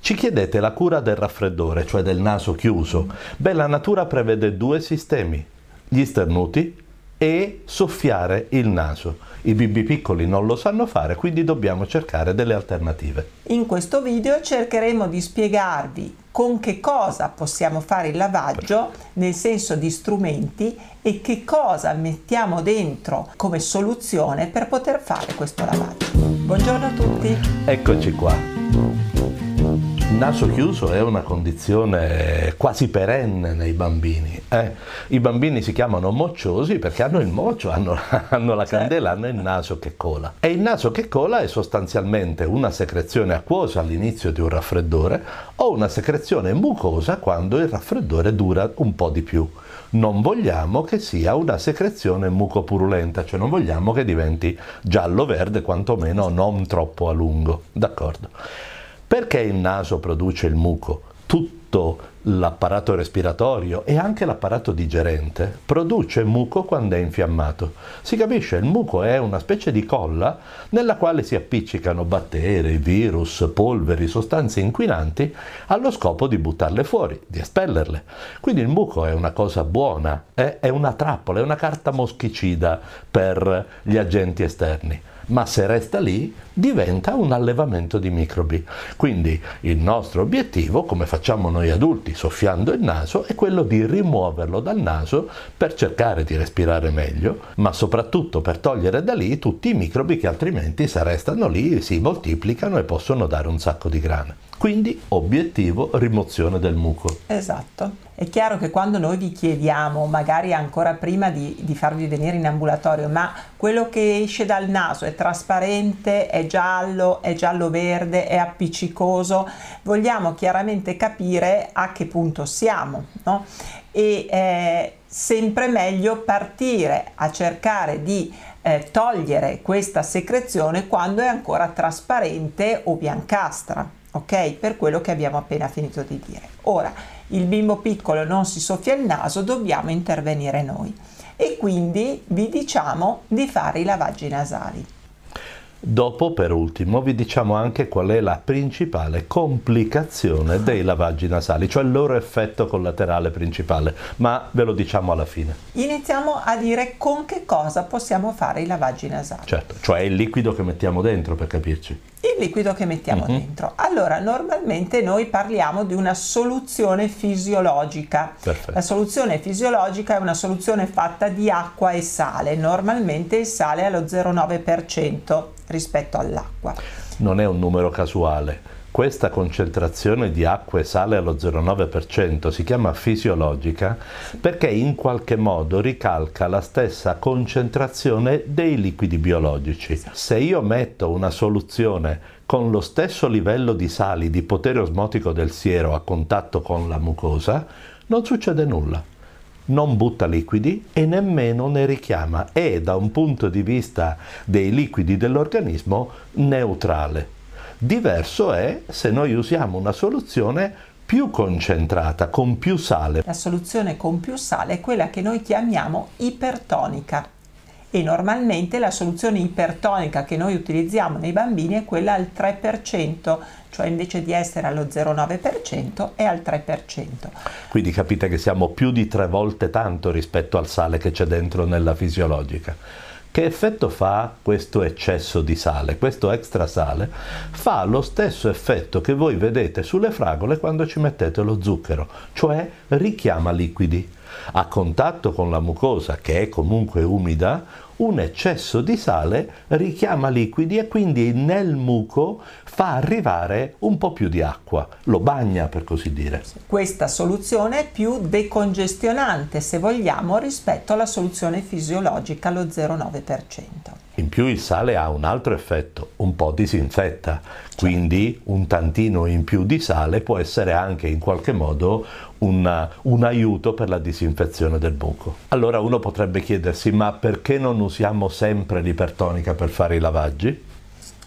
Ci chiedete la cura del raffreddore, cioè del naso chiuso. Beh, la natura prevede due sistemi, gli sternuti e soffiare il naso. I bimbi piccoli non lo sanno fare, quindi dobbiamo cercare delle alternative. In questo video cercheremo di spiegarvi con che cosa possiamo fare il lavaggio, nel senso di strumenti, e che cosa mettiamo dentro come soluzione per poter fare questo lavaggio. Buongiorno a tutti! Eccoci qua. Il naso chiuso è una condizione quasi perenne nei bambini. I bambini si chiamano mocciosi perché hanno il mocio, hanno la candela, hanno il naso che cola. E il naso che cola è sostanzialmente una secrezione acquosa all'inizio di un raffreddore o una secrezione mucosa quando il raffreddore dura un po' di più. Non vogliamo che sia una secrezione mucopurulenta, cioè non vogliamo che diventi giallo-verde, quantomeno non troppo a lungo. D'accordo? Perché il naso produce il muco? Tutto l'apparato respiratorio e anche l'apparato digerente produce muco quando è infiammato. Si capisce, il muco è una specie di colla nella quale si appiccicano batteri, virus, polveri, sostanze inquinanti allo scopo di buttarle fuori, di espellerle. Quindi il muco è una cosa buona, è una trappola, è una carta moschicida per gli agenti esterni. Ma se resta lì diventa un allevamento di microbi. Quindi il nostro obiettivo, come facciamo noi adulti soffiando il naso, è quello di rimuoverlo dal naso per cercare di respirare meglio, ma soprattutto per togliere da lì tutti i microbi che altrimenti se restano lì si moltiplicano e possono dare un sacco di grane. Quindi obiettivo rimozione del muco. Esatto. È chiaro che quando noi vi chiediamo, magari ancora prima di farvi venire in ambulatorio, ma quello che esce dal naso è trasparente, è giallo-verde, è appiccicoso, vogliamo chiaramente capire a che punto siamo, no? E è sempre meglio partire a cercare di togliere questa secrezione quando è ancora trasparente o biancastra. Ok? Per quello che abbiamo appena finito di dire. Ora, il bimbo piccolo non si soffia il naso, dobbiamo intervenire noi e quindi vi diciamo di fare i lavaggi nasali. Dopo, per ultimo, vi diciamo anche qual è la principale complicazione dei lavaggi nasali, cioè il loro effetto collaterale principale, ma ve lo diciamo alla fine. Iniziamo a dire con che cosa possiamo fare i lavaggi nasali. Certo, cioè il liquido che mettiamo dentro, per capirci. Il liquido che mettiamo dentro. Allora, normalmente noi parliamo di una soluzione fisiologica. Perfetto. La soluzione fisiologica è una soluzione fatta di acqua e sale. Normalmente il sale è allo 0,9% rispetto all'acqua. Non è un numero casuale. Questa concentrazione di acqua e sale allo 0,9% si chiama fisiologica perché in qualche modo ricalca la stessa concentrazione dei liquidi biologici. Se io metto una soluzione con lo stesso livello di sali di potere osmotico del siero a contatto con la mucosa, non succede nulla. Non butta liquidi e nemmeno ne richiama. È da un punto di vista dei liquidi dell'organismo neutrale. Diverso è se noi usiamo una soluzione più concentrata, con più sale. La soluzione con più sale è quella che noi chiamiamo ipertonica e normalmente la soluzione ipertonica che noi utilizziamo nei bambini è quella al 3%, cioè invece di essere allo 0,9% è al 3%. Quindi capite che siamo più di 3 volte tanto rispetto al sale che c'è dentro nella fisiologica. Che effetto fa questo eccesso di sale? Questo extra sale fa lo stesso effetto che voi vedete sulle fragole quando ci mettete lo zucchero, cioè richiama liquidi. A contatto con la mucosa, che è comunque umida, un eccesso di sale richiama liquidi e quindi nel muco fa arrivare un po' più di acqua, lo bagna per così dire. Questa soluzione è più decongestionante, se vogliamo, rispetto alla soluzione fisiologica allo 0,9%. In più il sale ha un altro effetto, un po' disinfetta, quindi un tantino in più di sale può essere anche in qualche modo un aiuto per la disinfezione del buco. Allora uno potrebbe chiedersi, ma perché non usiamo sempre l'ipertonica per fare i lavaggi?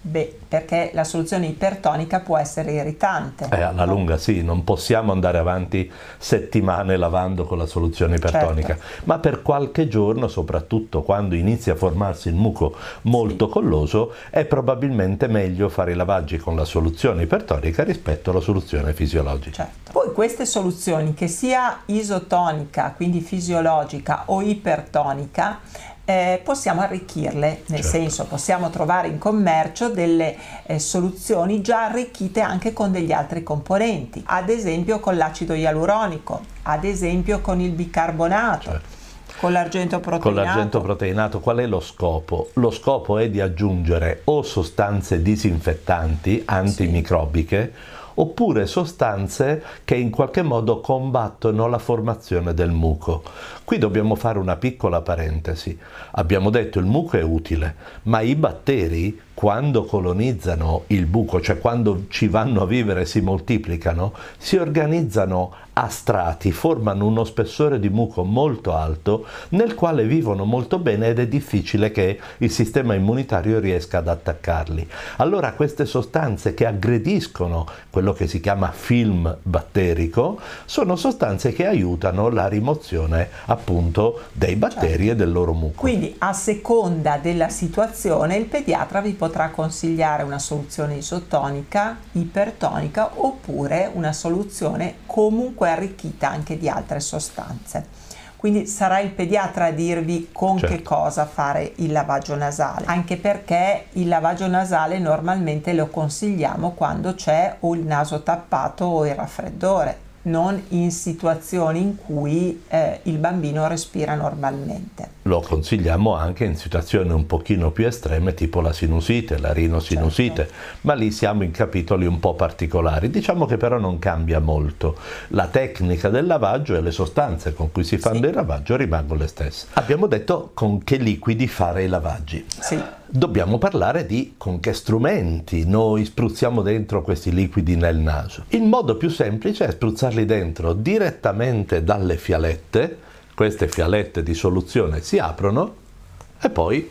Beh, perché la soluzione ipertonica può essere irritante. Alla lunga sì, non possiamo andare avanti settimane lavando con la soluzione ipertonica, ma per qualche giorno, soprattutto quando inizia a formarsi il muco molto colloso, è probabilmente meglio fare i lavaggi con la soluzione ipertonica rispetto alla soluzione fisiologica. Poi queste soluzioni, che sia isotonica, quindi fisiologica, o ipertonica, possiamo arricchirle, nel senso possiamo trovare in commercio delle soluzioni già arricchite anche con degli altri componenti, ad esempio con l'acido ialuronico, ad esempio con il bicarbonato, con l'argento proteinato. Con l'argento proteinato qual è lo scopo? Lo scopo è di aggiungere o sostanze disinfettanti, antimicrobiche, oppure sostanze che in qualche modo combattono la formazione del muco. Qui dobbiamo fare una piccola parentesi. Abbiamo detto che il muco è utile, ma i batteri, quando colonizzano il buco, cioè quando ci vanno a vivere e si moltiplicano, si organizzano a strati, formano uno spessore di muco molto alto nel quale vivono molto bene ed è difficile che il sistema immunitario riesca ad attaccarli. Allora queste sostanze che aggrediscono quello che si chiama film batterico sono sostanze che aiutano la rimozione appunto dei batteri e del loro muco. Quindi a seconda della situazione il pediatra vi potrà consigliare una soluzione isotonica, ipertonica oppure una soluzione comunque arricchita anche di altre sostanze. Quindi sarà il pediatra a dirvi con che cosa fare il lavaggio nasale, anche perché il lavaggio nasale normalmente lo consigliamo quando c'è o il naso tappato o il raffreddore, non in situazioni in cui il bambino respira normalmente. Lo consigliamo anche in situazioni un pochino più estreme, tipo la sinusite, la rinosinusite, ma lì siamo in capitoli un po' particolari. Diciamo che però non cambia molto. La tecnica del lavaggio e le sostanze con cui si fanno il lavaggio rimangono le stesse. Abbiamo detto con che liquidi fare i lavaggi. Dobbiamo parlare di con che strumenti noi spruzziamo dentro questi liquidi nel naso. Il modo più semplice è spruzzarli dentro direttamente dalle fialette. Queste fialette di soluzione si aprono e poi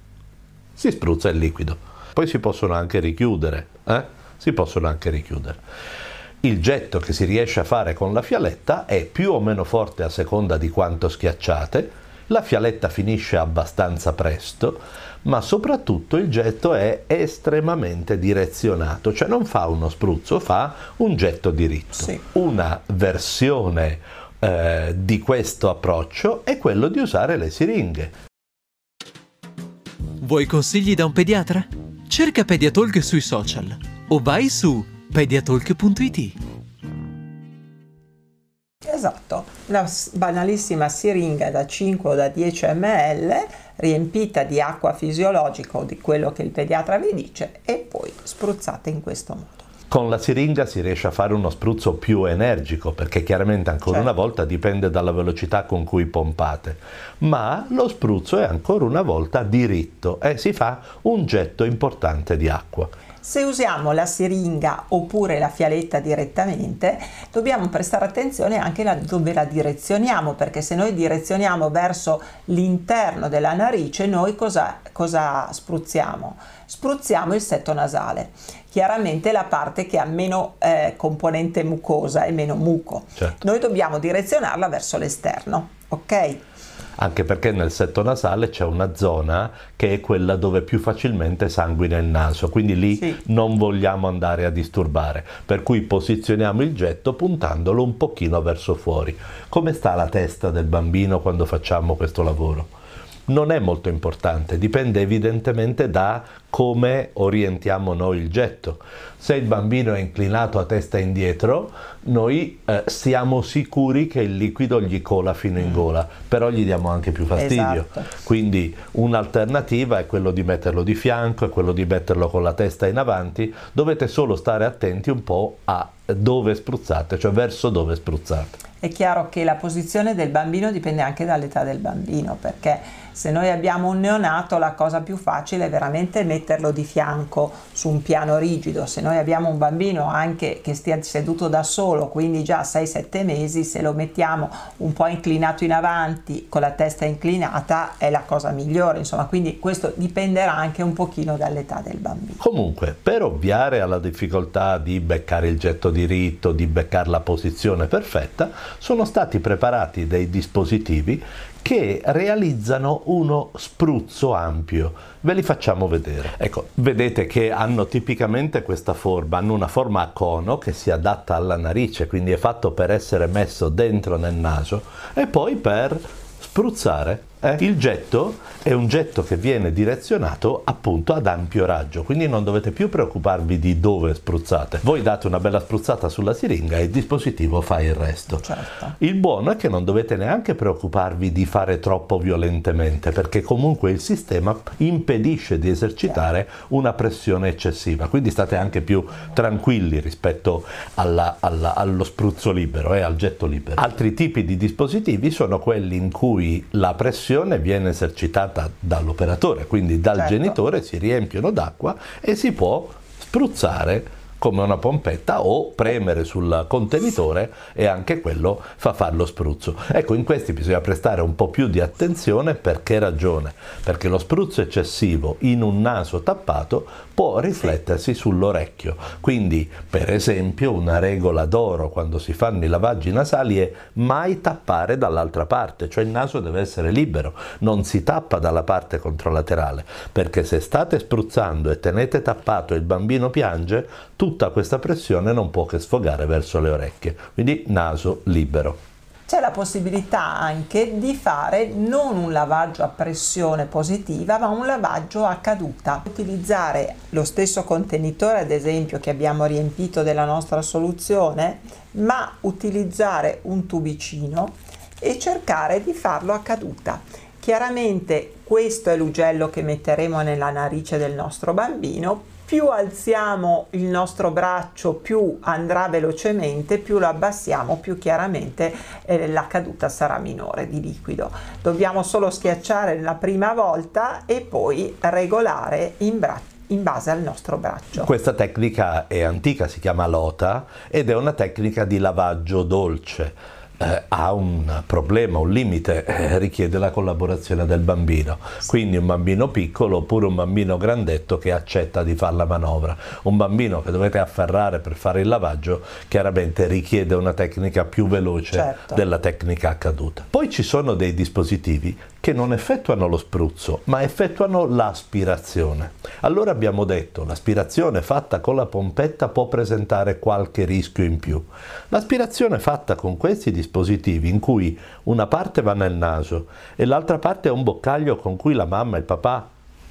si spruzza il liquido. Poi si possono anche richiudere, Si possono anche richiudere. Il getto che si riesce a fare con la fialetta è più o meno forte a seconda di quanto schiacciate. La fialetta finisce abbastanza presto, ma soprattutto il getto è estremamente direzionato, cioè non fa uno spruzzo, fa un getto diritto. Una versione di questo approccio è quello di usare le siringhe. Vuoi consigli da un pediatra? Cerca Pediatalk sui social o vai su pediatalk.it. Esatto, la banalissima siringa da 5 o da 10 ml riempita di acqua fisiologica o di quello che il pediatra vi dice e poi spruzzate in questo modo. Con la siringa si riesce a fare uno spruzzo più energico perché chiaramente ancora una volta dipende dalla velocità con cui pompate, ma lo spruzzo è ancora una volta diritto e si fa un getto importante di acqua. Se usiamo la siringa oppure la fialetta direttamente, dobbiamo prestare attenzione anche dove la direzioniamo, perché se noi direzioniamo verso l'interno della narice, noi cosa spruzziamo? Spruzziamo il setto nasale, chiaramente la parte che ha meno componente mucosa e meno muco. Noi dobbiamo direzionarla verso l'esterno, ok? Anche perché nel setto nasale c'è una zona che è quella dove più facilmente sanguina il naso, quindi lì non vogliamo andare a disturbare, per cui posizioniamo il getto puntandolo un pochino verso fuori. Come sta la testa del bambino quando facciamo questo lavoro? Non è molto importante, dipende evidentemente da come orientiamo noi il getto. Se il bambino è inclinato a testa indietro, noi siamo sicuri che il liquido gli cola fino in gola, però gli diamo anche più fastidio. Quindi un'alternativa è quello di metterlo di fianco, è quello di metterlo con la testa in avanti. Dovete solo stare attenti un po' a dove spruzzate, cioè verso dove spruzzate. È chiaro che la posizione del bambino dipende anche dall'età del bambino, perché se noi abbiamo un neonato la cosa più facile è veramente metterlo di fianco su un piano rigido. Se noi abbiamo un bambino anche che stia seduto da solo, quindi già 6-7 mesi, se lo mettiamo un po' inclinato in avanti con la testa inclinata è la cosa migliore, insomma, quindi questo dipenderà anche un pochino dall'età del bambino. Comunque, per ovviare alla difficoltà di beccare il getto diritto, di beccare la posizione perfetta, sono stati preparati dei dispositivi che realizzano uno spruzzo ampio. Ve li facciamo vedere. Ecco, vedete che hanno tipicamente questa forma, hanno una forma a cono che si adatta alla narice, quindi è fatto per essere messo dentro nel naso e poi per spruzzare. Il getto è un getto che viene direzionato appunto ad ampio raggio, quindi non dovete più preoccuparvi di dove spruzzate. Voi date una bella spruzzata sulla siringa e il dispositivo fa il resto. Certo. Il buono è che non dovete neanche preoccuparvi di fare troppo violentemente, perché comunque il sistema impedisce di esercitare una pressione eccessiva, quindi state anche più tranquilli rispetto allo spruzzo libero e al getto libero. Altri tipi di dispositivi sono quelli in cui la pressione viene esercitata dall'operatore, quindi dal genitore, si riempiono d'acqua e si può spruzzare come una pompetta o premere sul contenitore e anche quello fa fare lo spruzzo. Ecco, in questi bisogna prestare un po' più di attenzione. Per che ragione? Perché lo spruzzo eccessivo in un naso tappato può riflettersi sull'orecchio. Quindi, per esempio, una regola d'oro quando si fanno i lavaggi nasali è mai tappare dall'altra parte, cioè il naso deve essere libero, non si tappa dalla parte controlaterale, perché se state spruzzando e tenete tappato e il bambino piange, tutta questa pressione non può che sfogare verso le orecchie, quindi naso libero. C'è la possibilità anche di fare non un lavaggio a pressione positiva, ma un lavaggio a caduta. Utilizzare lo stesso contenitore, ad esempio, che abbiamo riempito della nostra soluzione, ma utilizzare un tubicino e cercare di farlo a caduta. Chiaramente questo è l'ugello che metteremo nella narice del nostro bambino. Più alziamo il nostro braccio, più andrà velocemente, più lo abbassiamo, più chiaramente la caduta sarà minore di liquido. Dobbiamo solo schiacciare la prima volta e poi regolare in base al nostro braccio. Questa tecnica è antica, si chiama Lota ed è una tecnica di lavaggio dolce. Ha un problema, un limite, richiede la collaborazione del bambino, quindi un bambino piccolo oppure un bambino grandetto che accetta di fare la manovra. Un bambino che dovete afferrare per fare il lavaggio chiaramente richiede una tecnica più veloce della tecnica a caduta. Poi ci sono dei dispositivi che non effettuano lo spruzzo ma effettuano l'aspirazione. Allora abbiamo detto, l'aspirazione fatta con la pompetta può presentare qualche rischio in più. L'aspirazione fatta con questi dispositivi, in cui una parte va nel naso e l'altra parte è un boccaglio con cui la mamma e il papà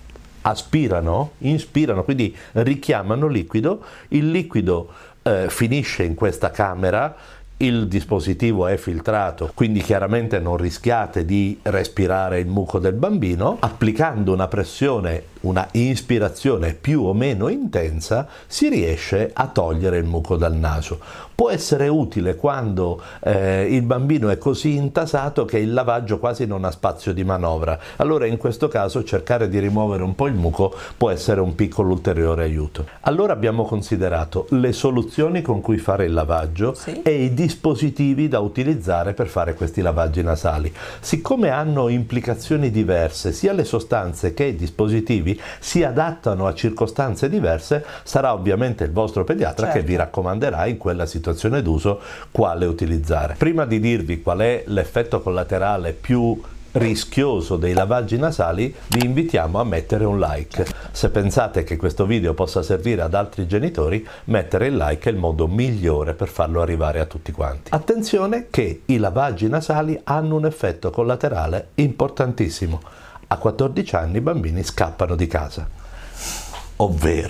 aspirano, inspirano, quindi richiamano liquido, il liquido finisce in questa camera, il dispositivo è filtrato, quindi chiaramente non rischiate di respirare il muco del bambino. Applicando una pressione, una ispirazione più o meno intensa, si riesce a togliere il muco dal naso. Può essere utile quando il bambino è così intasato che il lavaggio quasi non ha spazio di manovra. Allora in questo caso cercare di rimuovere un po' il muco può essere un piccolo ulteriore aiuto. Allora abbiamo considerato le soluzioni con cui fare il lavaggio e i dispositivi da utilizzare per fare questi lavaggi nasali. Siccome hanno implicazioni diverse, sia le sostanze che i dispositivi si adattano a circostanze diverse, sarà ovviamente il vostro pediatra che vi raccomanderà in quella situazione d'uso quale utilizzare. Prima di dirvi qual è l'effetto collaterale più rischioso dei lavaggi nasali, vi invitiamo a mettere un like. Se pensate che questo video possa servire ad altri genitori, mettere il like è il modo migliore per farlo arrivare a tutti quanti. Attenzione che i lavaggi nasali hanno un effetto collaterale importantissimo. A 14 anni i bambini scappano di casa, ovvero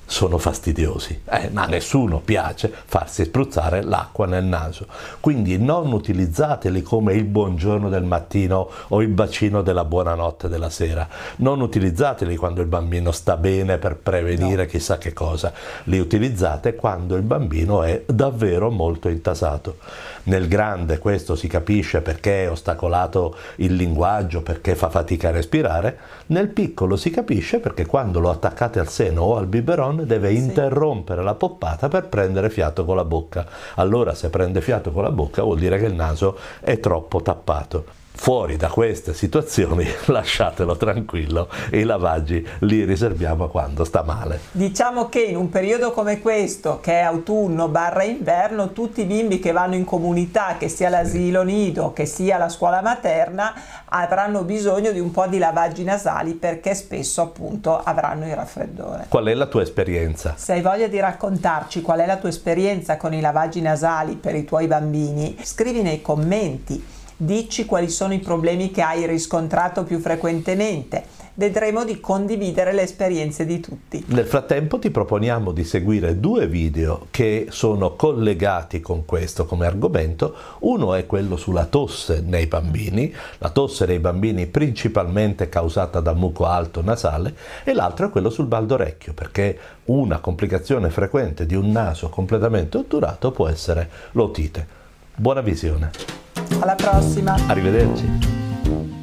sono fastidiosi, ma a nessuno piace farsi spruzzare l'acqua nel naso, quindi non utilizzateli come il buongiorno del mattino o il bacino della buonanotte della sera, non utilizzateli quando il bambino sta bene per prevenire chissà che cosa, li utilizzate quando il bambino è davvero molto intasato. Nel grande questo si capisce perché è ostacolato il linguaggio, perché fa fatica a respirare, nel piccolo si capisce perché quando lo attaccate al seno o al biberon deve interrompere la poppata per prendere fiato con la bocca. Allora se prende fiato con la bocca vuol dire che il naso è troppo tappato. Fuori da queste situazioni lasciatelo tranquillo, i lavaggi li riserviamo a quando sta male. Diciamo che in un periodo come questo, che è autunno/inverno, tutti i bimbi che vanno in comunità, che sia l'asilo nido, che sia la scuola materna, avranno bisogno di un po' di lavaggi nasali perché spesso appunto avranno il raffreddore. Qual è la tua esperienza? Se hai voglia di raccontarci qual è la tua esperienza con i lavaggi nasali per i tuoi bambini, scrivi nei commenti. Dici quali sono i problemi che hai riscontrato più frequentemente. Vedremo di condividere le esperienze di tutti. Nel frattempo ti proponiamo di seguire 2 video che sono collegati con questo come argomento. Uno è quello sulla tosse nei bambini, la tosse nei bambini principalmente causata da muco alto nasale, e l'altro è quello sul bal d'orecchio, perché una complicazione frequente di un naso completamente otturato può essere l'otite. Buona visione! Alla prossima! Arrivederci!